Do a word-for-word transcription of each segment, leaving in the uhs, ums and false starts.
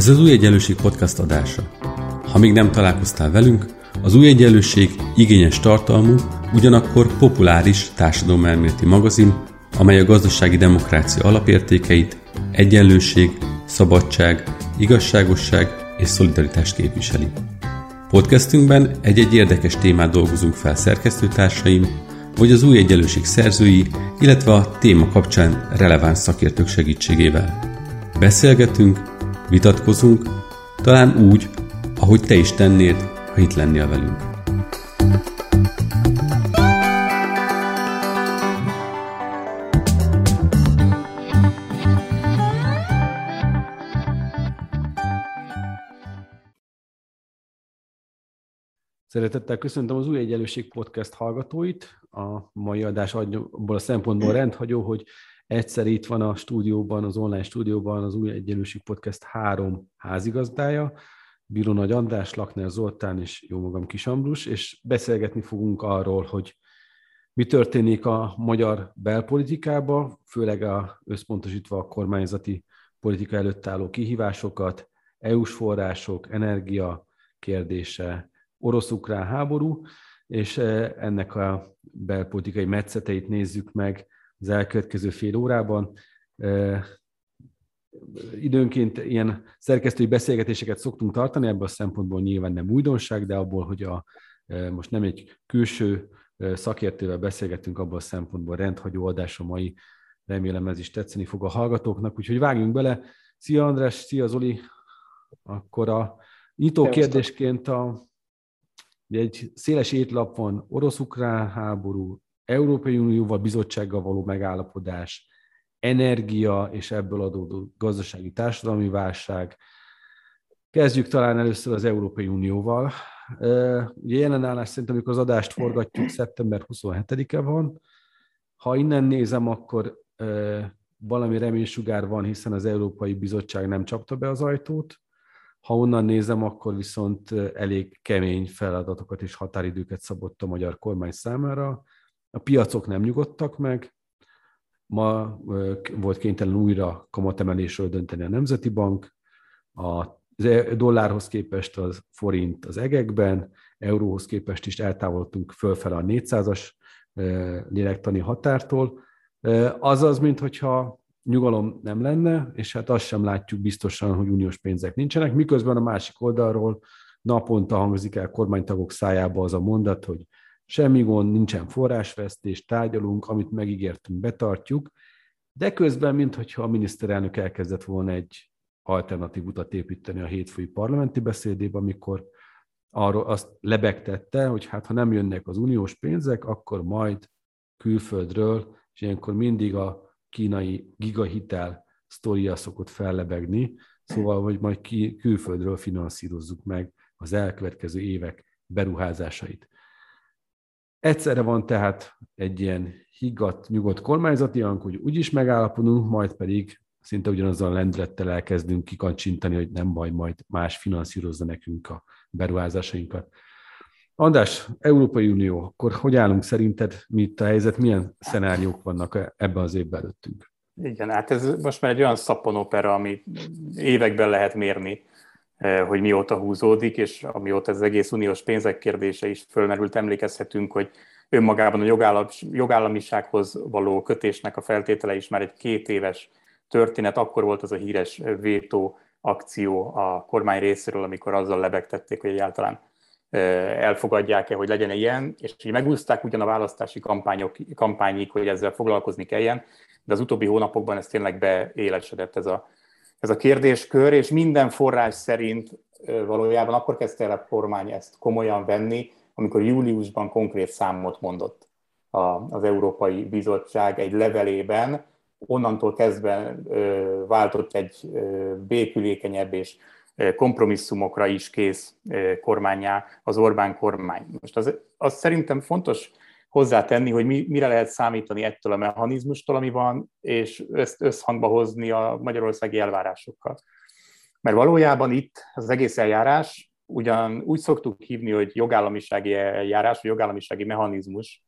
Ez az Új Egyenlőség podcast adása. Ha még nem találkoztál velünk, az Új Egyenlőség igényes tartalmú, ugyanakkor populáris társadalomelméleti magazin, amely a gazdasági demokrácia alapértékeit, egyenlőség, szabadság, igazságosság és szolidaritást képviseli. Podcastünkben egy-egy érdekes témát dolgozunk fel szerkesztőtársaim, vagy az Új Egyenlőség szerzői, illetve a téma kapcsán releváns szakértők segítségével. Beszélgetünk, vitatkozunk, talán úgy, ahogy te is tennéd, ha itt lennél velünk. Szeretettel köszöntöm az Új Egyenlőség podcast hallgatóit. A mai adás abból a szempontból rendhagyó, hogy egyszer itt van a stúdióban, az online stúdióban az Új Egyenlőség podcast három házigazdája, Bíró Nagy András, Lakner Zoltán és jómagam Kis Ambrus, és beszélgetni fogunk arról, hogy mi történik a magyar belpolitikában, főleg a, összpontosítva a kormányzati politika előtt álló kihívásokat, é u-s források, energia kérdése, orosz-ukrán háború, és ennek a belpolitikai metszeteit nézzük meg az elkövetkező fél órában. Időnként ilyen szerkesztői beszélgetéseket szoktunk tartani, ebből a szempontból nyilván nem újdonság, de abból, hogy a, most nem egy külső szakértővel beszélgetünk, abból a szempontból rendhagyó adás a mai, remélem ez is tetszeni fog a hallgatóknak, úgyhogy vágjunk bele. Szia András, szia Zoli! Akkor a nyitó kérdésként a egy széles étlap van, orosz-ukrán háború, Európai Unióval, bizottsággal való megállapodás, energia és ebből adódó gazdasági társadalmi válság. Kezdjük talán először az Európai Unióval. Ugye jelenállás szerint, amikor az adást forgatjuk, szeptember huszonhetedike van. Ha innen nézem, akkor valami reménysugár van, hiszen az Európai Bizottság nem csapta be az ajtót. Ha onnan nézem, akkor viszont elég kemény feladatokat és határidőket szabott a magyar kormány számára. A piacok nem nyugodtak meg. Ma volt kénytelen újra kamatemelésről dönteni a Nemzeti Bank. A dollárhoz képest az forint az egekben, euróhoz képest is eltávolodtunk fölfele a négyszázas lélektani határtól. Azaz, minthogyha nyugalom nem lenne, és hát azt sem látjuk biztosan, hogy uniós pénzek nincsenek, miközben a másik oldalról naponta hangzik el kormánytagok szájába az a mondat, hogy semmi gond, nincsen forrásvesztés, tárgyalunk, amit megígértünk, betartjuk, de közben, minthogyha a miniszterelnök elkezdett volna egy alternatív utat építeni a hétfői parlamenti beszédében, amikor arról azt lebegtette, hogy hát ha nem jönnek az uniós pénzek, akkor majd külföldről, és ilyenkor mindig a kínai gigahitel sztoria szokott fellebegni, szóval, hogy majd ki, külföldről finanszírozzuk meg az elkövetkező évek beruházásait. Egyszerre van tehát egy ilyen higgadt, nyugodt kormányzati hang, hogy úgyis megállapodunk, majd pedig szinte ugyanazzal a lendülettel elkezdünk kikancsintani, hogy nem baj, majd más finanszírozza nekünk a beruházásainkat. András, Európai Unió, akkor hogy állunk szerinted, mi itt a helyzet, milyen szenáriók vannak ebben az évben előttünk? Igen, hát ez most már egy olyan szappanopera, ami években lehet mérni, hogy mióta húzódik, és amióta ez az egész uniós pénzek kérdése is fölmerült, emlékezhetünk, hogy önmagában a jogállam, jogállamisághoz való kötésnek a feltétele is már egy két éves történet. Akkor volt az a híres vétó akció a kormány részéről, amikor azzal lebegtették, hogy egyáltalán elfogadják-e, hogy legyen ilyen, és hogy megúszták ugyan a választási kampányok, kampányig, hogy ezzel foglalkozni kelljen, de az utóbbi hónapokban ez tényleg beélesedett ez a, ez a kérdéskör, és minden forrás szerint valójában akkor kezdte el a kormány ezt komolyan venni, amikor júliusban konkrét számot mondott az Európai Bizottság egy levelében, onnantól kezdve váltott egy békülékenyebb és kompromisszumokra is kész kormányá az Orbán kormány. Most az, az szerintem fontos hozzátenni, hogy mi, mire lehet számítani ettől a mechanizmustól, ami van, és ezt összhangba hozni a magyarországi elvárásokkal. Mert valójában itt az egész eljárás, ugyan úgy szoktuk hívni, hogy jogállamisági eljárás, vagy jogállamisági mechanizmus,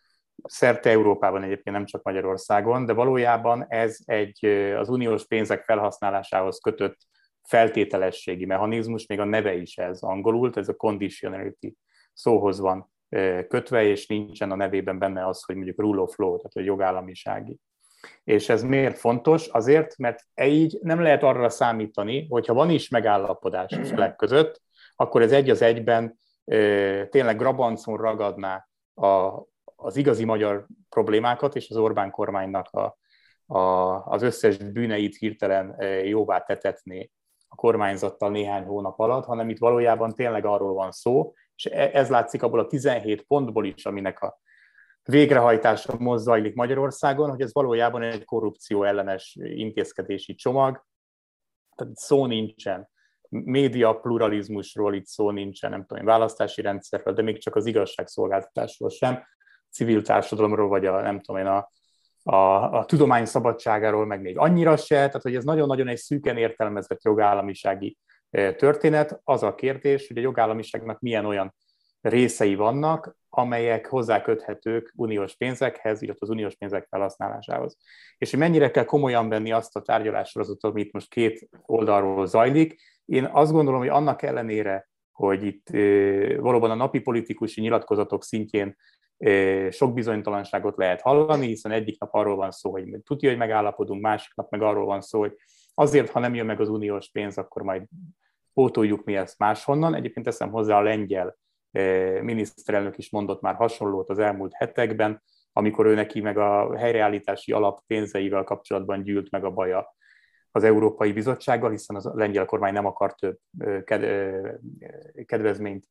szerte Európában egyébként, nem csak Magyarországon, de valójában ez egy az uniós pénzek felhasználásához kötött feltételességi mechanizmus, még a neve is ez angolul, ez a conditionality szóhoz van kötve, és nincsen a nevében benne az, hogy mondjuk rule of law, tehát a jogállamisági. És ez miért fontos? Azért, mert így nem lehet arra számítani, hogyha van is megállapodás a felek között, akkor ez egy az egyben tényleg grabancon ragadná a, az igazi magyar problémákat, és az Orbán kormánynak a, a, az összes bűneit hirtelen jóvá tetetné a kormányzattal néhány hónap alatt, hanem itt valójában tényleg arról van szó, és ez látszik abból a tizenhét pontból is, aminek a végrehajtása most zajlik Magyarországon, hogy ez valójában egy korrupció ellenes intézkedési csomag, tehát szó nincsen média pluralizmusról, itt szó nincsen, nem tudom, választási rendszerről, de még csak az igazságszolgáltatásról sem, civil társadalomról, vagy a, nem tudom én, a, a, a tudomány szabadságáról, meg még annyira se, tehát hogy ez nagyon-nagyon egy szűken értelmezett jogállamisági történet. Az a kérdés, hogy a jogállamiságnak milyen olyan részei vannak, amelyek hozzáköthetők uniós pénzekhez, illetve az uniós pénzek felhasználásához. És hogy mennyire kell komolyan venni azt a tárgyalássorozatot, amit most két oldalról zajlik. Én azt gondolom, hogy annak ellenére, hogy itt valóban a napi politikusi nyilatkozatok szintjén sok bizonytalanságot lehet hallani, hiszen egyik nap arról van szó, hogy tudja, hogy megállapodunk, másik nap meg arról van szó, hogy azért, ha nem jön meg az uniós pénz, akkor majd pótoljuk mi ezt máshonnan. Egyébként teszem hozzá, a lengyel miniszterelnök is mondott már hasonlót az elmúlt hetekben, amikor ő neki meg a helyreállítási alap pénzeivel kapcsolatban gyűlt meg a baja az Európai Bizottsággal, hiszen a lengyel kormány nem akar több kedvezményt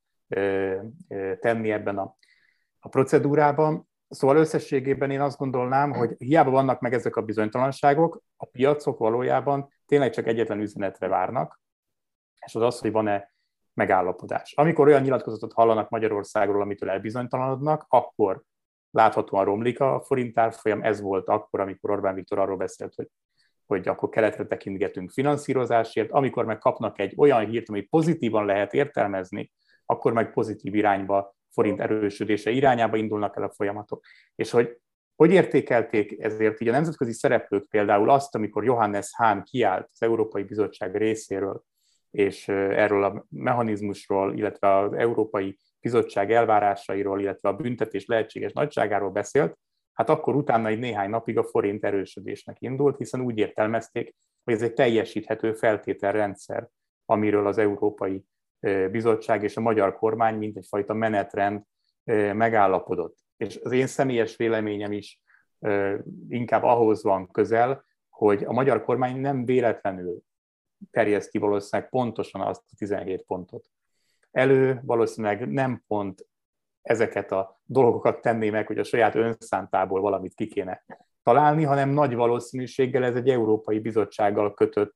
tenni ebben a, a procedúrában. Szóval összességében én azt gondolnám, hogy hiába vannak meg ezek a bizonytalanságok, a piacok valójában tényleg csak egyetlen üzenetre várnak, és az az, hogy van-e megállapodás. Amikor olyan nyilatkozatot hallanak Magyarországról, amitől elbizonytalanodnak, akkor láthatóan romlik a forint árfolyam. Ez volt akkor, amikor Orbán Viktor arról beszélt, hogy, hogy akkor keletre tekintgetünk finanszírozásért. Amikor meg kapnak egy olyan hírt, amit pozitívan lehet értelmezni, akkor meg pozitív irányba, forint erősödése irányába indulnak el a folyamatok. És hogy hogy értékelték ezért így a nemzetközi szereplők például azt, amikor Johannes Hahn kiállt az Európai Bizottság részéről, és erről a mechanizmusról, illetve az Európai Bizottság elvárásairól, illetve a büntetés lehetséges nagyságáról beszélt, hát akkor utána egy néhány napig a forint erősödésnek indult, hiszen úgy értelmezték, hogy ez egy teljesíthető feltételrendszer, amiről az Európai Bizottság és a magyar kormány mint egyfajta menetrend megállapodott. És az én személyes véleményem is inkább ahhoz van közel, hogy a magyar kormány nem véletlenül terjeszti valószínűleg pontosan azt a tizenhét pontot elő, valószínűleg nem pont ezeket a dolgokat tenné meg, hogy a saját önszántából valamit ki kéne találni, hanem nagy valószínűséggel ez egy Európai Bizottsággal kötött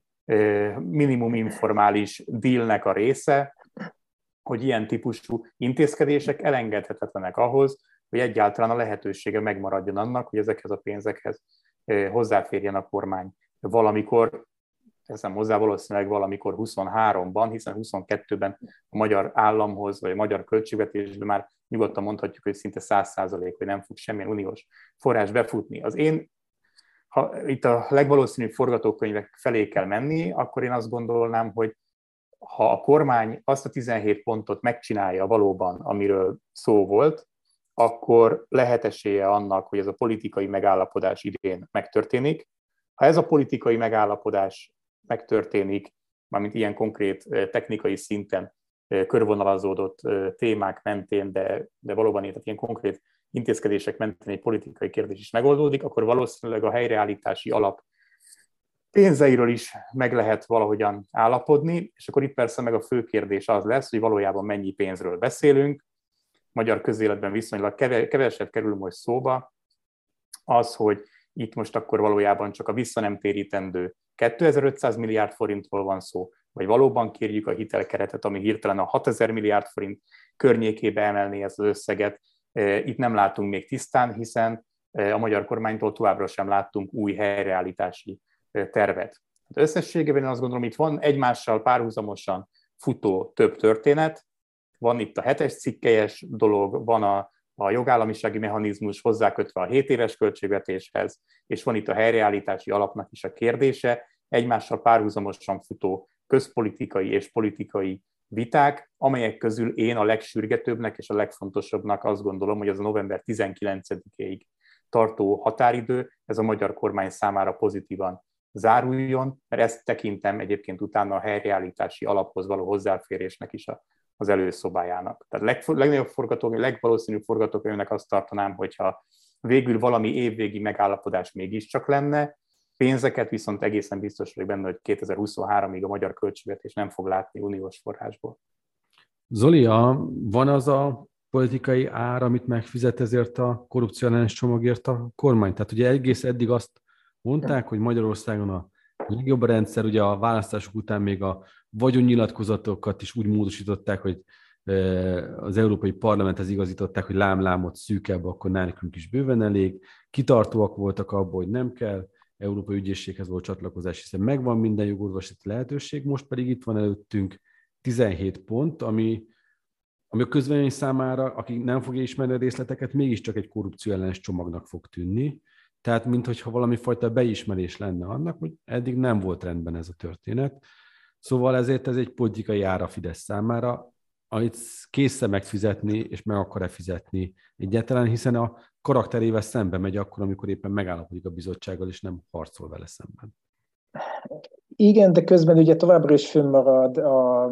minimum informális dealnek a része, hogy ilyen típusú intézkedések elengedhetetlenek ahhoz, hogy egyáltalán a lehetősége megmaradjon annak, hogy ezekhez a pénzekhez hozzáférjen a kormány valamikor, teszem hozzá, valószínűleg valamikor huszonháromban, hiszen huszonkettőben a magyar államhoz, vagy a magyar költségvetésben már nyugodtan mondhatjuk, hogy szinte száz százalék, hogy nem fog semmilyen uniós forrás befutni. Az én, ha itt a legvalószínűbb forgatókönyvek felé kell menni, akkor én azt gondolnám, hogy ha a kormány azt a tizenhét pontot megcsinálja valóban, amiről szó volt, akkor lehet esélye annak, hogy ez a politikai megállapodás idén megtörténik. Ha ez a politikai megállapodás megtörténik, mármint ilyen konkrét technikai szinten körvonalazódott témák mentén, de, de valóban tehát ilyen konkrét intézkedések mentén egy politikai kérdés is megoldódik, akkor valószínűleg a helyreállítási alap pénzeiről is meg lehet valahogyan állapodni, és akkor itt persze meg a fő kérdés az lesz, hogy valójában mennyi pénzről beszélünk. Magyar közéletben viszonylag keveset kerül most szóba az, hogy itt most akkor valójában csak a visszanemtérítendő kétezer-ötszáz milliárd forintról van szó, vagy valóban kérjük a hitelkeretet, ami hirtelen a hatezer milliárd forint környékébe emelné ezt az összeget. Itt nem látunk még tisztán, hiszen a magyar kormánytól továbbra sem láttunk új helyreállítási tervet. Összességében én azt gondolom, itt van egymással párhuzamosan futó több történet, van itt a hetes cikkelyes dolog, van a, a jogállamisági mechanizmus hozzákötve a hét éves költségvetéshez, és van itt a helyreállítási alapnak is a kérdése, egymással párhuzamosan futó közpolitikai és politikai viták, amelyek közül én a legsürgetőbbnek és a legfontosabbnak azt gondolom, hogy az a november tizenkilencedikéig tartó határidő, ez a magyar kormány számára pozitívan záruljon, mert ezt tekintem egyébként utána a helyreállítási alaphoz való hozzáférésnek is a, az előszobájának. Tehát leg, legnagyobb forgatókönyv, legvalószínűbb forgatókönyvnek azt tartanám, hogyha végül valami évvégi megállapodás mégiscsak lenne, pénzeket viszont egészen biztos vagyok benne, hogy kétezer-huszonháromig a magyar költségvetés nem fog látni uniós forrásból. Zoli, a, van az a politikai ár, amit megfizet ezért a korrupció ellenes csomagért a kormány? Tehát ugye egész eddig azt mondták, hogy Magyarországon a legjobb a rendszer, ugye a választások után még a vagyonnyilatkozatokat is úgy módosították, hogy az Európai Parlamenthez igazították, hogy lám-lámot szűkebb, akkor nálunk is bőven elég. Kitartóak voltak abból, hogy nem kell Európai Ügyészséghez volt csatlakozás, hiszen megvan minden jogorvoslati lehetőség, most pedig itt van előttünk tizenhét pont, ami, ami a közvélemény számára, aki nem fogja ismerni a részleteket, mégiscsak egy korrupció ellenes csomagnak fog tűnni. Tehát, mintha valami fajta beismerés lenne annak, hogy eddig nem volt rendben ez a történet. Szóval ezért ez egy politikai ára Fidesz számára, amit készre megfizetni, és meg akar-e fizetni egyáltalán, hiszen a karakterével szembe megy akkor, amikor éppen megállapodik a bizottsággal, és nem harcol vele szemben. Igen, de közben ugye továbbra is fönnmarad a,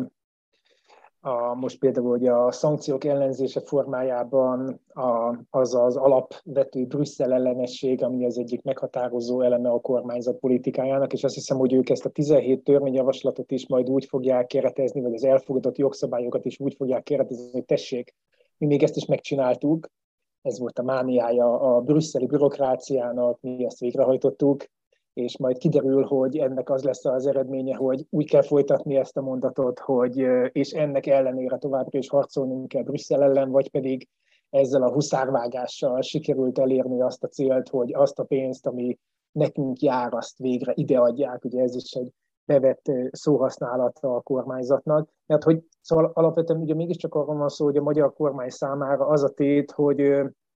a, most például hogy a szankciók ellenzése formájában a, az az alapvető Brüsszel ellenesség, ami az egyik meghatározó eleme a kormányzat politikájának, és azt hiszem, hogy ők ezt a tizenhét törvényjavaslatot is majd úgy fogják keretezni, vagy az elfogadott jogszabályokat is úgy fogják keretezni, hogy tessék, mi még ezt is megcsináltuk, ez volt a mániája a brüsszeli bürokráciának, mi ezt végrehajtottuk, és majd kiderül, hogy ennek az lesz az eredménye, hogy úgy kell folytatni ezt a mondatot, hogy és ennek ellenére továbbra is harcolnunk kell Brüsszel ellen, vagy pedig ezzel a huszárvágással sikerült elérni azt a célt, hogy azt a pénzt, ami nekünk jár, azt végre ideadják. Ugye ez is egy bevett szóhasználata a kormányzatnak. Mert hogy szóval alapvetően ugye mégiscsak arról van szó, hogy a magyar kormány számára az a tét, hogy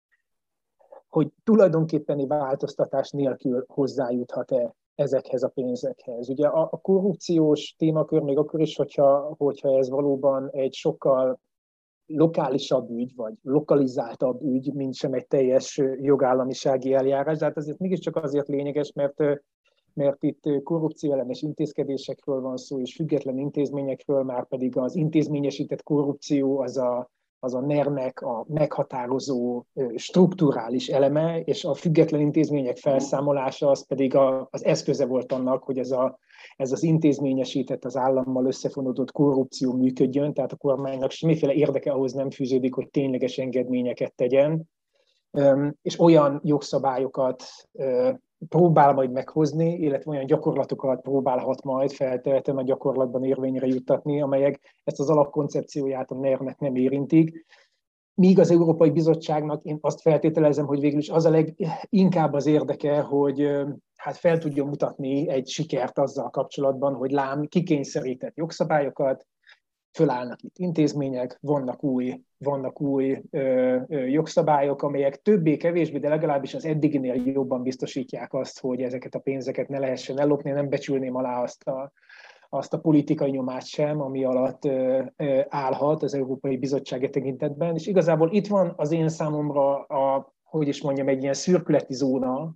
hogy tulajdonképpeni változtatás nélkül hozzájuthat-e ezekhez a pénzekhez. Ugye a, a korrupciós témakör még akkor is, hogyha, hogyha ez valóban egy sokkal lokálisabb ügy, vagy lokalizáltabb ügy, mint sem egy teljes jogállamisági eljárás, de hát azért mégiscsak azért lényeges, mert, mert itt korrupcióellenes intézkedésekről van szó, és független intézményekről, már pedig az intézményesített korrupció az a az a nernek a meghatározó strukturális eleme, és a független intézmények felszámolása az pedig a, az eszköze volt annak, hogy ez, a, ez az intézményesített, az állammal összefonódott korrupció működjön, tehát a kormánynak semmiféle érdeke ahhoz nem fűződik, hogy tényleges engedményeket tegyen, és olyan jogszabályokat próbál majd meghozni, illetve olyan gyakorlatokat próbálhat majd feltehetően a gyakorlatban érvényre juttatni, amelyek ezt az alapkoncepcióját a nernek nem érintik. Míg az Európai Bizottságnak én azt feltételezem, hogy végül is az a leginkább az érdeke, hogy hát fel tudjon mutatni egy sikert azzal kapcsolatban, hogy lám kikényszerített jogszabályokat, fölállnak itt intézmények, vannak új, vannak új ö, ö, jogszabályok, amelyek többé-kevésbé, de legalábbis az eddiginél jobban biztosítják azt, hogy ezeket a pénzeket ne lehessen ellopni. Nem becsülném alá azt a, azt a politikai nyomást sem, ami alatt ö, ö, állhat az Európai Bizottság tekintetben. És igazából itt van az én számomra, a, hogy is mondjam, egy ilyen szürkületi zóna,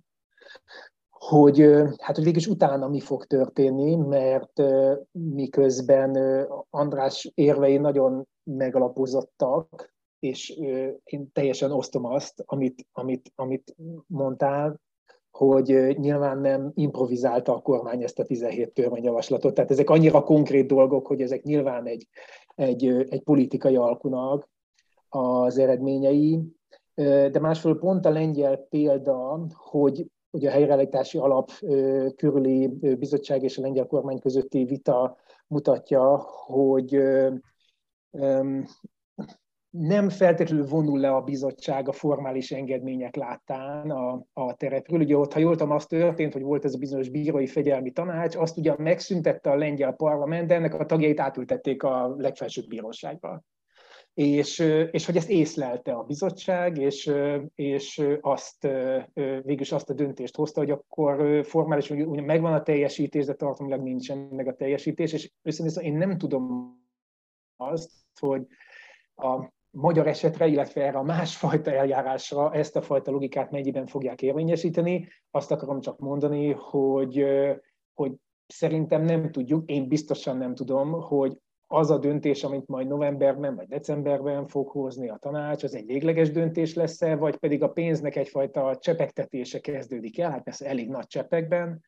hogy hát hogy végülis utána mi fog történni, mert miközben András érvei nagyon megalapozottak, és én teljesen osztom azt, amit, amit, amit mondtál, hogy nyilván nem improvizálta a kormány ezt a tizenhét törvényjavaslatot. Tehát ezek annyira konkrét dolgok, hogy ezek nyilván egy, egy, egy politikai alkunak az eredményei. De másfelől pont a lengyel példa, hogy ugye a helyreállítási alap körüli bizottság és a lengyel kormány közötti vita mutatja, hogy nem feltétlenül vonul le a bizottság a formális engedmények láttán a, a terepről. Ugye ott, ha jól tudom, az történt, hogy volt ez a bizonyos bírói fegyelmi tanács, azt ugyan megszüntette a lengyel parlament, de ennek a tagjait átültették a legfelsőbb bíróságba. és, és hogy ezt észlelte a bizottság, és, és azt, végülis azt a döntést hozta, hogy akkor formálisan ugye megvan a teljesítés, de tartalmilag nincsen meg a teljesítés, és őszintén én nem tudom azt, hogy a magyar esetre, illetve erre a másfajta eljárásra ezt a fajta logikát mennyiben fogják érvényesíteni. Azt akarom csak mondani, hogy, hogy szerintem nem tudjuk, én biztosan nem tudom, hogy az a döntés, amit majd novemberben vagy decemberben fog hozni a tanács, az egy végleges döntés lesz-e, vagy pedig a pénznek egyfajta csepegtetése kezdődik el, hát persze elég nagy csepekben,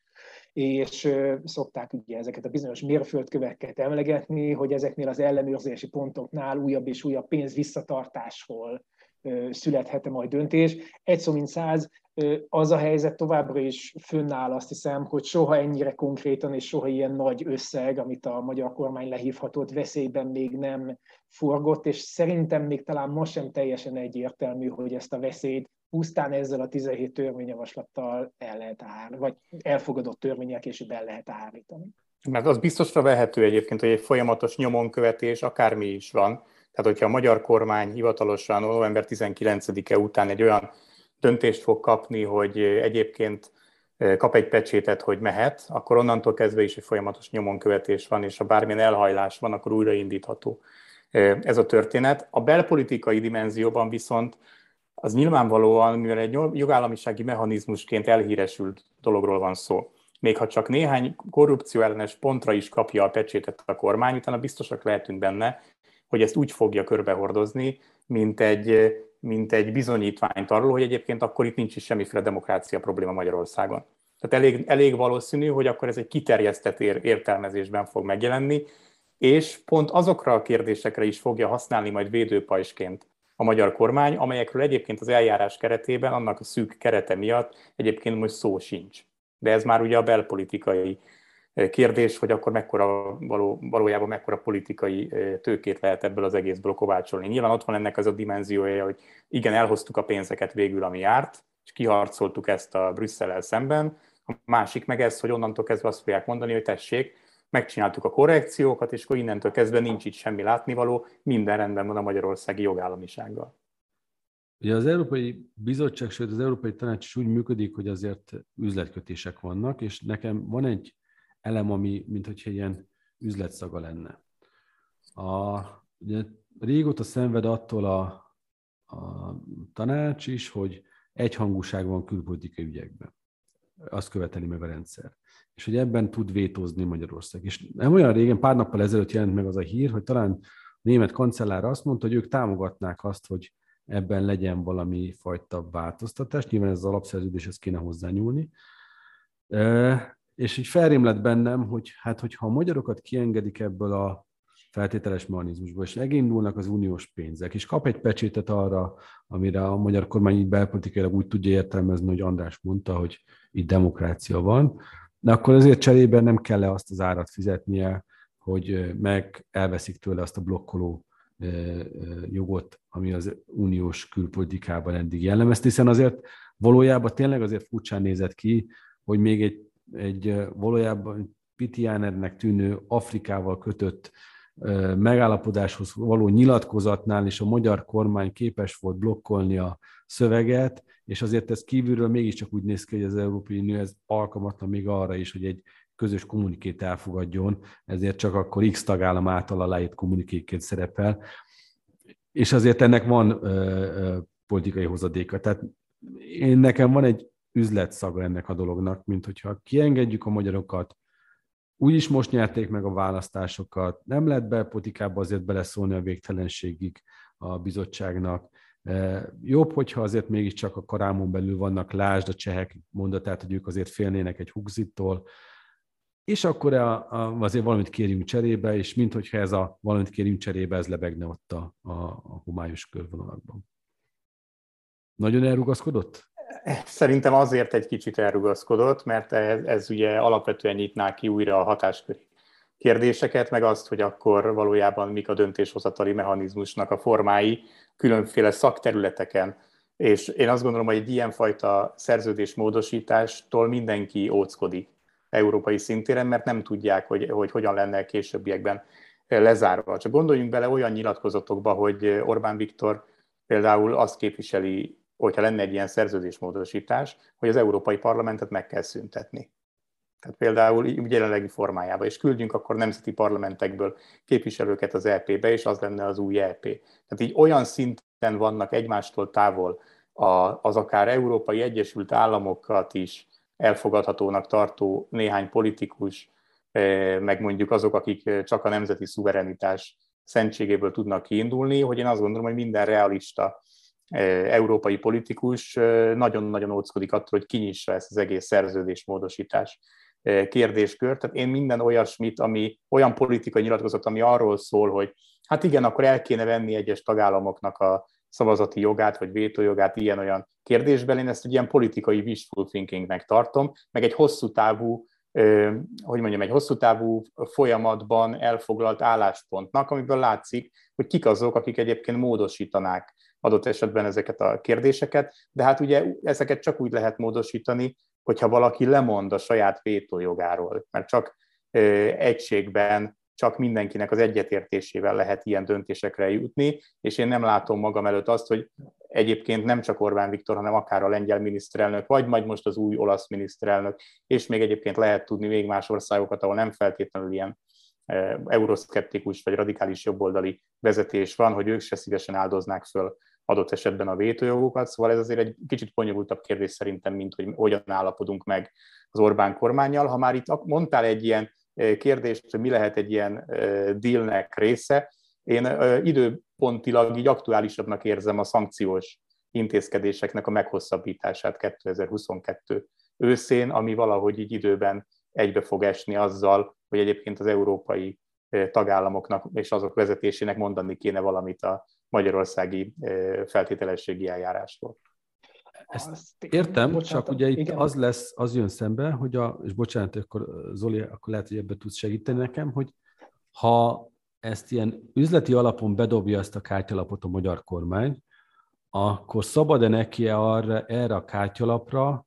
és szokták ugye ezeket a bizonyos mérföldköveket emlegetni, hogy ezeknél az ellenőrzési pontoknál újabb és újabb pénz visszatartásról születhet majd döntés. Egy szó mint száz, az a helyzet továbbra is fönnáll, azt hiszem, hogy soha ennyire konkrétan és soha ilyen nagy összeg, amit a magyar kormány lehívhatott, veszélyben még nem forgott, és szerintem még talán most sem teljesen egyértelmű, hogy ezt a veszélyt pusztán ezzel a tizenhét törvényjavaslattal el lehet ár, vagy elfogadott törvényel később el lehet állítani. Mert az biztosra vehető egyébként, hogy egy folyamatos nyomonkövetés akármi is van. Tehát, hogyha a magyar kormány hivatalosan november tizenkilencedike után egy olyan döntést fog kapni, hogy egyébként kap egy pecsétet, hogy mehet, akkor onnantól kezdve is egy folyamatos nyomonkövetés van, és ha bármilyen elhajlás van, akkor újraindítható ez a történet. A belpolitikai dimenzióban viszont az nyilvánvalóan, mivel egy jogállamisági mechanizmusként elhíresült dologról van szó. Még ha csak néhány korrupcióellenes pontra is kapja a pecsétet a kormány, utána biztosak lehetünk benne, hogy ezt úgy fogja körbehordozni, mint egy, mint egy bizonyítványt arról, hogy egyébként akkor itt nincs is semmiféle demokrácia probléma Magyarországon. Tehát elég, elég valószínű, hogy akkor ez egy kiterjesztett értelmezésben fog megjelenni, és pont azokra a kérdésekre is fogja használni majd védőpajsként a magyar kormány, amelyekről egyébként az eljárás keretében, annak a szűk kerete miatt egyébként most szó sincs. De ez már ugye a belpolitikai kérdés, hogy akkor mekkora, való, valójában mekkora politikai tőkét lehet ebből az egészből kovácsolni. Nyilván ott van ennek az a dimenziója, hogy igen, elhoztuk a pénzeket végül, ami járt, és kiharcoltuk ezt a Brüsszellel szemben. A másik meg ez, hogy onnantól kezdve azt fogják mondani, hogy tessék, megcsináltuk a korrekciókat, és akkor innentől kezdve nincs itt semmi látnivaló, minden rendben van a magyarországi jogállamisággal. Ugye az Európai Bizottság, sőt az Európai Tanács is úgy működik, hogy azért üzletkötések vannak, és nekem van egy elem, ami minthogyha ilyen üzletszaga lenne. A, ugye régóta szenved attól a, a tanács is, hogy egyhangúság van külpolitikai ügyekben. Azt követeli meg a rendszer. És hogy ebben tud vétózni Magyarország. És nem olyan régen, pár nappal ezelőtt jelent meg az a hír, hogy talán a német kancellár azt mondta, hogy ők támogatnák azt, hogy ebben legyen valami fajta változtatás. Nyilván ez az alapszerződéshez kéne hozzányúlni. E, és így felrém lett bennem, hogy hát, hogyha a magyarokat kiengedik ebből a feltételes mechanizmusból, és megindulnak az uniós pénzek, és kap egy pecsétet arra, amire a magyar kormány így belpolitikailag úgy tudja értelmezni, hogy András mondta, hogy itt demokrácia van, de akkor azért cserében nem kell azt az árat fizetnie, hogy meg elveszik tőle azt a blokkoló jogot, ami az uniós külpolitikában eddig jellemezte, hiszen azért valójában tényleg azért furcsán nézett ki, hogy még egy, egy valójában Pitiánernek tűnő Afrikával kötött megállapodáshoz való nyilatkozatnál is a magyar kormány képes volt blokkolni a szöveget, és azért ez kívülről mégiscsak úgy néz ki, hogy az Európai Unió ez alkalmatlan még arra is, hogy egy közös kommunikét elfogadjon, ezért csak akkor X tagállam által aláírt kommunikéként szerepel, és azért ennek van ö, ö, politikai hozadéka. Tehát én nekem van egy üzletszaga ennek a dolognak, mint hogyha kiengedjük a magyarokat, úgyis most nyerték meg a választásokat, nem lehet belpolitikába azért beleszólni a végtelenségig a bizottságnak. Jobb, hogyha azért mégiscsak a karámon belül vannak, lásd a csehek mondatát, hogy ők azért félnének egy Huxittól, és akkor a, a, azért valamit kérjünk cserébe, és minthogyha ez a valamit kérjünk cserébe, ez lebegne ott a, a, a homályos körvonalakban. Nagyon elrugaszkodott? Szerintem azért egy kicsit elrugaszkodott, mert ez, ez ugye alapvetően nyitná ki újra a hatásköri kérdéseket, meg azt, hogy akkor valójában mik a döntéshozatali mechanizmusnak a formái különféle szakterületeken. És én azt gondolom, hogy egy ilyenfajta szerződésmódosítástól mindenki óckodik európai szintéren, mert nem tudják, hogy, hogy hogyan lenne későbbiekben lezárva. Csak gondoljunk bele olyan nyilatkozatokba, hogy Orbán Viktor például azt képviseli, hogyha lenne egy ilyen szerződésmódosítás, hogy az Európai Parlamentet meg kell szüntetni. Tehát például jelenlegi formájában, és küldjünk akkor nemzeti parlamentekből képviselőket az é pé-be, és az lenne az új é pé. Tehát így olyan szinten vannak egymástól távol az akár Európai Egyesült Államokat is elfogadhatónak tartó néhány politikus, meg mondjuk azok, akik csak a nemzeti szuverenitás szentségéből tudnak kiindulni, hogy én azt gondolom, hogy minden realista európai politikus nagyon-nagyon óckodik attól, hogy kinyissa ezt az egész szerződésmódosítás kérdéskört. Tehát én minden olyasmit, ami olyan politikai nyilatkozat, ami arról szól, hogy hát igen, akkor el kéne venni egyes tagállamoknak a szavazati jogát, vagy vétójogát ilyen-olyan kérdésben, én ezt egy ilyen politikai wishful thinkingnek tartom, meg egy hosszú távú, hogy mondjam, egy hosszú távú folyamatban elfoglalt álláspontnak, amiből látszik, hogy kik azok, akik egyébként módosítanák adott esetben ezeket a kérdéseket, de hát ugye ezeket csak úgy lehet módosítani, hogyha valaki lemond a saját vétójogáról, mert csak egységben, csak mindenkinek az egyetértésével lehet ilyen döntésekre jutni, és én nem látom magam előtt azt, hogy egyébként nem csak Orbán Viktor, hanem akár a lengyel miniszterelnök, vagy majd most az új olasz miniszterelnök, és még egyébként lehet tudni még más országokat, ahol nem feltétlenül ilyen euroszkeptikus vagy radikális jobboldali vezetés van, hogy ők se szívesen áldoznák föl adott esetben a vétójogokat. Szóval ez azért egy kicsit bonyolultabb kérdés szerintem, mint hogy hogyan állapodunk meg az Orbán kormánnyal. Ha már itt mondtál egy ilyen kérdést, hogy mi lehet egy ilyen dealnek része, én időpontilag így aktuálisabbnak érzem a szankciós intézkedéseknek a meghosszabbítását kétezer-huszonkettő őszén, ami valahogy így időben egybe fog esni azzal, hogy egyébként az európai tagállamoknak és azok vezetésének mondani kéne valamit a magyarországi feltételességi eljárásról. Ezt értem, bocsánat, csak ugye itt igen. az lesz, az jön szembe, hogy a, és bocsánat, akkor Zoli, akkor lehet, hogy ebben tudsz segíteni nekem, hogy ha ezt ilyen üzleti alapon bedobja ezt a kártyalapot a magyar kormány, akkor szabad-e neki arra, erre a kártyalapra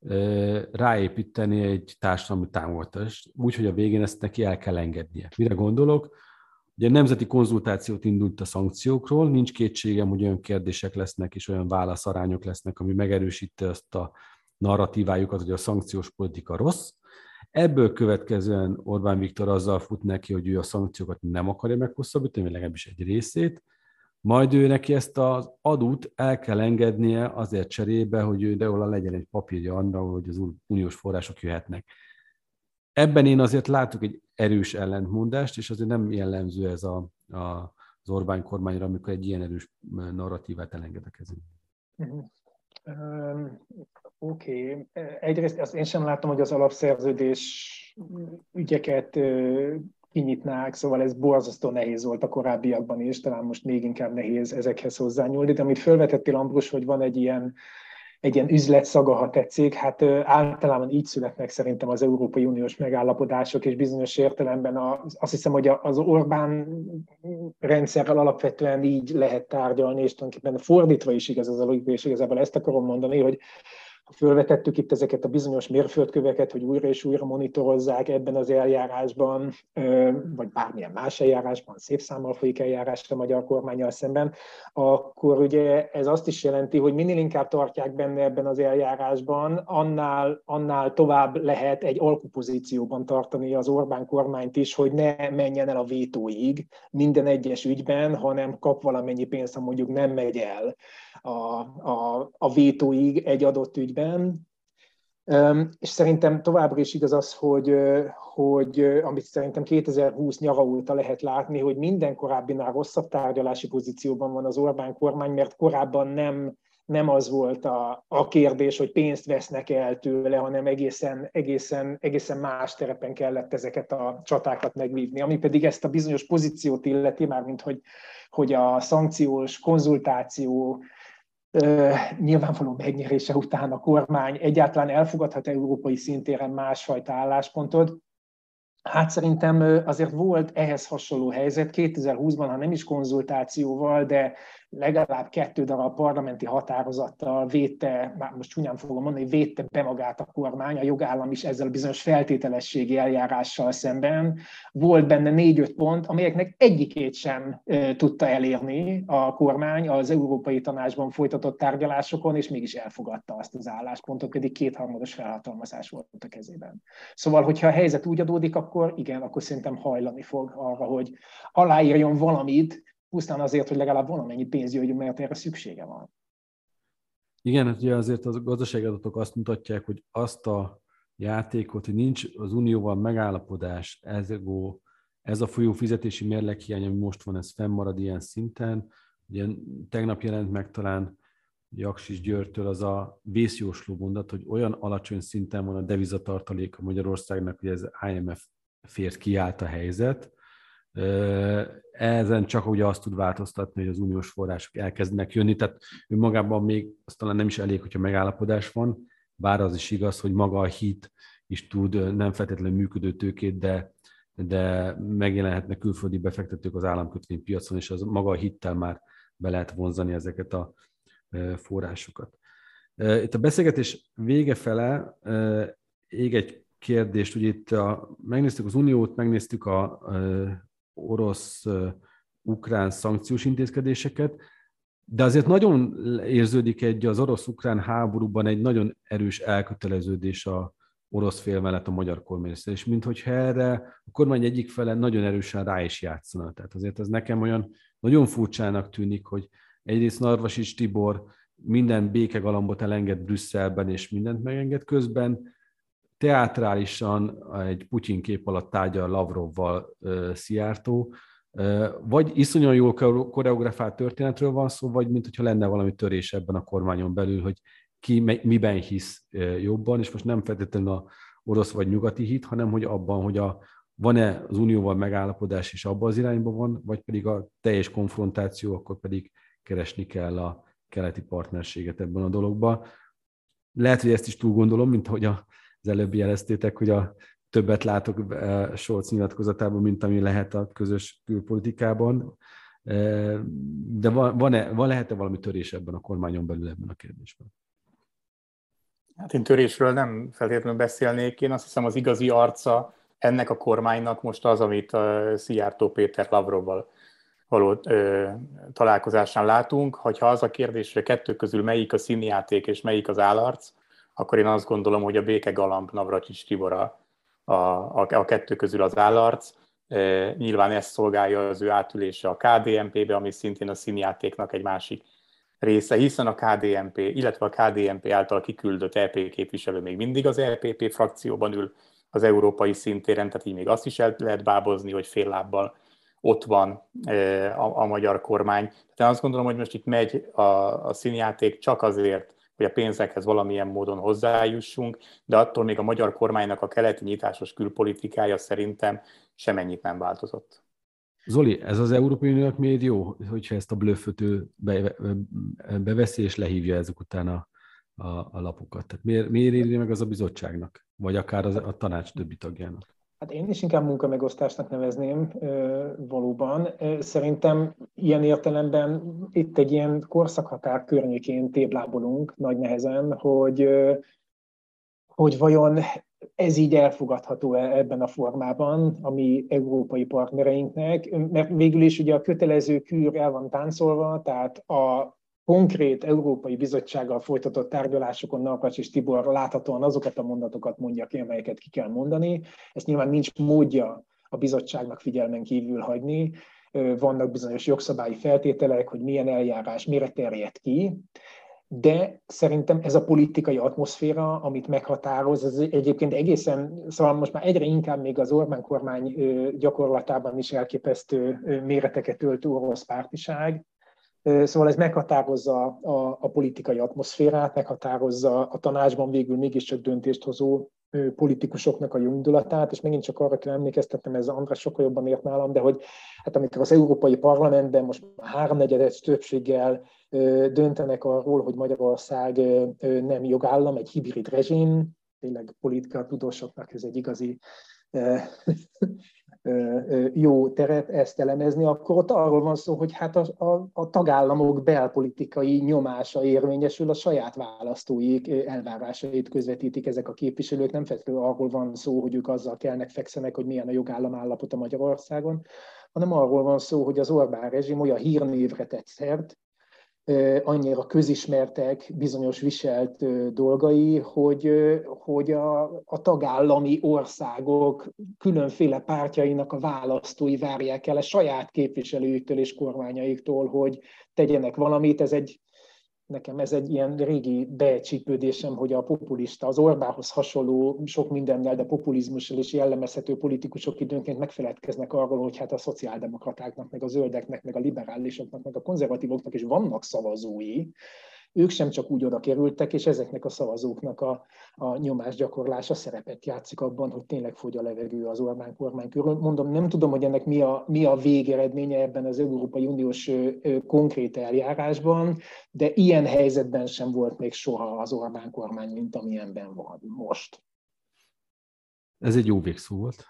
ráépíteni egy társadalmi támogatást, úgyhogy a végén ezt neki el kell engednie. Mire gondolok? Ugye nemzeti konzultációt indult a szankciókról, nincs kétségem, hogy olyan kérdések lesznek és olyan válaszarányok lesznek, ami megerősíti azt a narratívájukat, hogy a szankciós politika rossz. Ebből következően Orbán Viktor azzal fut neki, hogy ő a szankciókat nem akarja meghosszabbítani, vagy legalábbis egy részét, majd ő neki ezt az adót el kell engednie azért cserébe, hogy ő dehola legyen egy papírja arra, hogy az uniós források jöhetnek. Ebben én azért látok egy erős ellentmondást, és azért nem jellemző ez a, a, az Orbán kormányra, amikor egy ilyen erős narratívát elenged a kezén. Uh-huh. Um, Oké. Okay. Egyrészt azt én sem látom, hogy az alapszerződés ügyeket uh, kinyitnák, szóval ez borzasztó nehéz volt a korábbiakban is, talán most még inkább nehéz ezekhez hozzányúlni, de amit felvetettél, Ambrus, hogy van egy ilyen egy ilyen üzletszaga, ha tetszik, hát általában így születnek szerintem az Európai Uniós megállapodások, és bizonyos értelemben a, azt hiszem, hogy az Orbán rendszerrel alapvetően így lehet tárgyalni, és tulajdonképpen fordítva is igaz az a logika, és igazából ezt akarom mondani, hogy fölvetettük itt ezeket a bizonyos mérföldköveket, hogy újra és újra monitorozzák ebben az eljárásban, vagy bármilyen más eljárásban, szép számmal folyik eljárás a magyar kormánnyal szemben, akkor ugye ez azt is jelenti, hogy minél inkább tartják benne ebben az eljárásban, annál, annál tovább lehet egy alkupozícióban tartani az Orbán kormányt is, hogy ne menjen el a vétóig minden egyes ügyben, hanem kap valamennyi pénzt, ha mondjuk nem megy el a, a, a vétóig egy adott ügyben. És szerintem továbbra is igaz az, hogy, hogy amit szerintem kétezer-húsz nyara óta lehet látni, hogy minden korábbinál rosszabb tárgyalási pozícióban van az Orbán kormány, mert korábban nem, nem az volt a, a kérdés, hogy pénzt vesznek el tőle, hanem egészen, egészen, egészen más terepen kellett ezeket a csatákat megvívni. Ami pedig ezt a bizonyos pozíciót illeti, mármint hogy, hogy a szankciós konzultáció Uh, nyilvánvaló megnyerése után a kormány egyáltalán elfogadhat európai szintéren másfajta álláspontot. Hát szerintem azért volt ehhez hasonló helyzet kétezer-húszban, ha nem is konzultációval, de, legalább kettő darab parlamenti határozattal védte, már most csúnyán fogom mondani, védte be magát a kormány, a jogállam is ezzel a bizonyos feltételességi eljárással szemben. Volt benne négy-öt pont, amelyeknek egyikét sem e, tudta elérni a kormány az Európai Tanácsban folytatott tárgyalásokon, és mégis elfogadta azt az álláspontot, pedig kétharmados felhatalmazás volt a kezében. Szóval, hogyha a helyzet úgy adódik, akkor igen, akkor szerintem hajlani fog arra, hogy aláírjon valamit, pusztán azért, hogy legalább valamennyi pénz jöjjön, mert erre szüksége van. Igen, hát ugye azért a gazdasági adatok azt mutatják, hogy azt a játékot, hogy nincs az Unióval megállapodás, ez, ez a folyó fizetési mérleghiány, ami most van, ez fennmarad ilyen szinten. Ugye tegnap jelent meg talán Jaksis Györgytől az a vészjósló mondat, hogy olyan alacsony szinten van a devizatartaléka Magyarországnak, hogy ez I M F fért kiállt a helyzet. Ezen csak ugye azt tud változtatni, hogy az uniós források elkezdenek jönni, tehát önmagában még az talán nem is elég, hogyha megállapodás van, bár az is igaz, hogy maga a hit is tud nem feltétlenül működő tőkét, de, de megjelenhetnek külföldi befektetők az államkötvénypiacon, és az maga a hittel már be lehet vonzani ezeket a forrásokat. Itt a beszélgetés vége fele ég egy kérdést, ugye itt a, megnéztük az Uniót, megnéztük a, a orosz-ukrán szankciós intézkedéseket, de azért nagyon érződik egy az orosz-ukrán háborúban egy nagyon erős elköteleződés a orosz fél mellett a magyar kormány, és minthogyha erre a kormány egyik fele nagyon erősen rá is játszana. Tehát azért ez nekem olyan nagyon furcsának tűnik, hogy egyrészt Navracsics Tibor minden békegalambot elenged Brüsszelben, és mindent megenged, közben teátrálisan egy Putyin kép alatt tárgyal Lavrovval uh, Szijjártó. Uh, vagy iszonyan jól koreografált történetről van szó, vagy mintha lenne valami törés ebben a kormányon belül, hogy ki miben hisz uh, jobban, és most nem feltétlenül a orosz vagy nyugati hit, hanem hogy abban, hogy a, van-e az unióval megállapodás, és abban az irányban van, vagy pedig a teljes konfrontáció, akkor pedig keresni kell a keleti partnerséget ebben a dologban. Lehet, hogy ezt is túl gondolom, mint hogy a az előbb jeleztétek, hogy a többet látok Scholz nyilatkozatában, mint ami lehet a közös külpolitikában. De van-e, van lehet-e valami törés ebben a kormányon belül ebben a kérdésben? Hát én törésről nem feltétlenül beszélnék. Én azt hiszem, az igazi arca ennek a kormánynak most az, amit Szijjártó Péter Lavrovval való ö, találkozásán látunk. Hogyha az a kérdés, hogy a kettő közül melyik a színjáték és melyik az állarc, akkor én azt gondolom, hogy a békegalamb Navracsics Tibor a, a, a kettő közül az állarc. E, nyilván ezt szolgálja az ő átülése a K D N P-be, ami szintén a színjátéknak egy másik része, hiszen a K D N P, illetve a K D N P által kiküldött E P képviselő még mindig az E P P frakcióban ül az európai szintéren, tehát így még azt is el lehet bábozni, hogy fél lábbal ott van e, a, a magyar kormány. Tehát én azt gondolom, hogy most itt megy a, a színjáték csak azért, hogy a pénzekhez valamilyen módon hozzájussunk, de attól még a magyar kormánynak a keleti nyitásos külpolitikája szerintem semennyit nem változott. Zoli, ez az Európai Uniónak miért jó, hogyha ezt a blöfföt ő be, beveszi és lehívja ezek után a, a, a lapokat? Tehát miért, miért éri meg az a bizottságnak, vagy akár az, a tanács többi tagjának? Hát én is inkább munkamegosztásnak nevezném valóban. Szerintem ilyen értelemben itt egy ilyen korszakhatár környékén téblábolunk nagy nehezen, hogy, hogy vajon ez így elfogadható-e ebben a formában a mi európai partnereinknek, mert végül is ugye a kötelező kür el van táncolva, tehát a konkrét Európai Bizottsággal folytatott tárgyalásokon Navracsics Tibor láthatóan azokat a mondatokat mondja ki, amelyeket ki kell mondani. Ezt nyilván nincs módja a bizottságnak figyelmen kívül hagyni. Vannak bizonyos jogszabályi feltételek, hogy milyen eljárás, mire terjed ki, de szerintem ez a politikai atmoszféra, amit meghatároz, ez egyébként egészen, szóval most már egyre inkább még az Orbán kormány gyakorlatában is elképesztő méreteket öltő orosz pártiság. Szóval ez meghatározza a, a politikai atmoszférát, meghatározza a tanácsban végül mégiscsak döntést hozó politikusoknak a jó indulatát, és megint csak arra kell emlékeztetnem, ez András sokkal jobban ért nálam, de hogy hát amikor az Európai Parlamentben most háromnegyedes többséggel döntenek arról, hogy Magyarország nem jogállam, egy hibrid rezsim, tényleg politikatudósoknak ez egy igazi jó terep ezt elemezni, akkor ott arról van szó, hogy hát a, a, a tagállamok belpolitikai nyomása érvényesül, a saját választóik elvárásait közvetítik ezek a képviselők. Nem feltétlenül arról van szó, hogy ők azzal kelnek, fekszenek, hogy milyen a jogállam állapota Magyarországon, hanem arról van szó, hogy az Orbán rezsim olyan hírnévre tett szert, annyira közismertek bizonyos viselt dolgai, hogy, hogy a, a tagállami országok különféle pártjainak a választói várják el a saját képviselőiktől és kormányaiktól, hogy tegyenek valamit. Ez egy, nekem ez egy ilyen régi becsípődésem, hogy a populista, az Orbánhoz hasonló sok mindennel, de populizmussal is jellemezhető politikusok időnként megfeledkeznek arról, hogy hát a szociáldemokratáknak, meg a zöldeknek, meg a liberálisoknak, meg a konzervatívoknak is vannak szavazói. Ők sem csak úgy oda kerültek, és ezeknek a szavazóknak a, a nyomásgyakorlása szerepet játszik abban, hogy tényleg fogy a levegő az Orbán kormány körül. Mondom, nem tudom, hogy ennek mi a, mi a végeredménye ebben az Európai Uniós ö, ö, konkrét eljárásban, de ilyen helyzetben sem volt még soha az Orbán kormány, mint amilyenben van most. Ez egy jó végszó volt.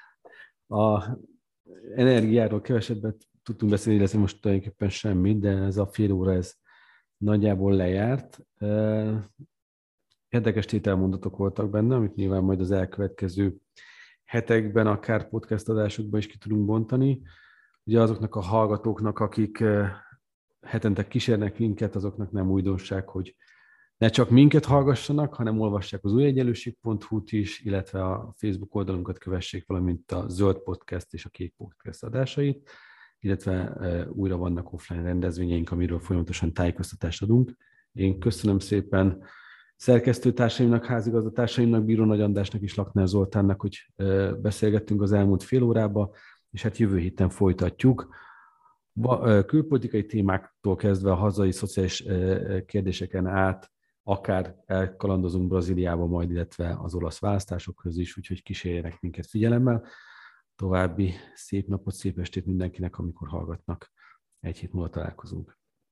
A energiáról kevesebbet tudtunk beszélni, illetve most tulajdonképpen semmit, de ez a fél óra, ez nagyjából lejárt. Érdekes tételmondatok voltak benne, amit nyilván majd az elkövetkező hetekben, akár podcast adásokban is ki tudunk bontani. Ugye azoknak a hallgatóknak, akik hetente kísérnek minket, azoknak nem újdonság, hogy ne csak minket hallgassanak, hanem olvassák az újegyenlőség pont hu-t is, illetve a Facebook oldalunkat kövessék, valamint a Zöld Podcast és a Kék Podcast adásait, illetve újra vannak offline rendezvényeink, amiről folyamatosan tájékoztatást adunk. Én köszönöm szépen szerkesztőtársaimnak, házigazdatásaimnak, Bíró Nagy Andrásnak és Lakner Zoltánnak, hogy beszélgettünk az elmúlt fél órában, és hát jövő héten folytatjuk. Külpolitikai témáktól kezdve a hazai szociális kérdéseken át, akár elkalandozunk Brazíliába majd, illetve az olasz választásokhoz is, úgyhogy kísérjenek minket figyelemmel. További szép napot, szép estét mindenkinek, amikor hallgatnak. Egy hét múlva találkozunk.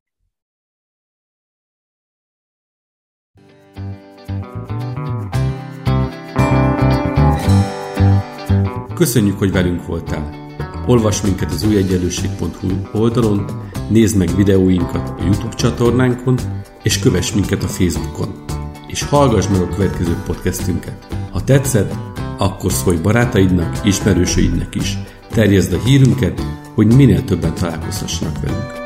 Köszönjük, hogy velünk voltál! Olvass minket az újegyenlőség pont hu oldalon, nézd meg videóinkat a YouTube csatornánkon, és kövess minket a Facebookon. És hallgass meg a következő podcastünket. Ha tetszett, akkor szólj barátaidnak, ismerősöidnek is. Terjeszd a hírünket, hogy minél többen találkozhassanak velünk.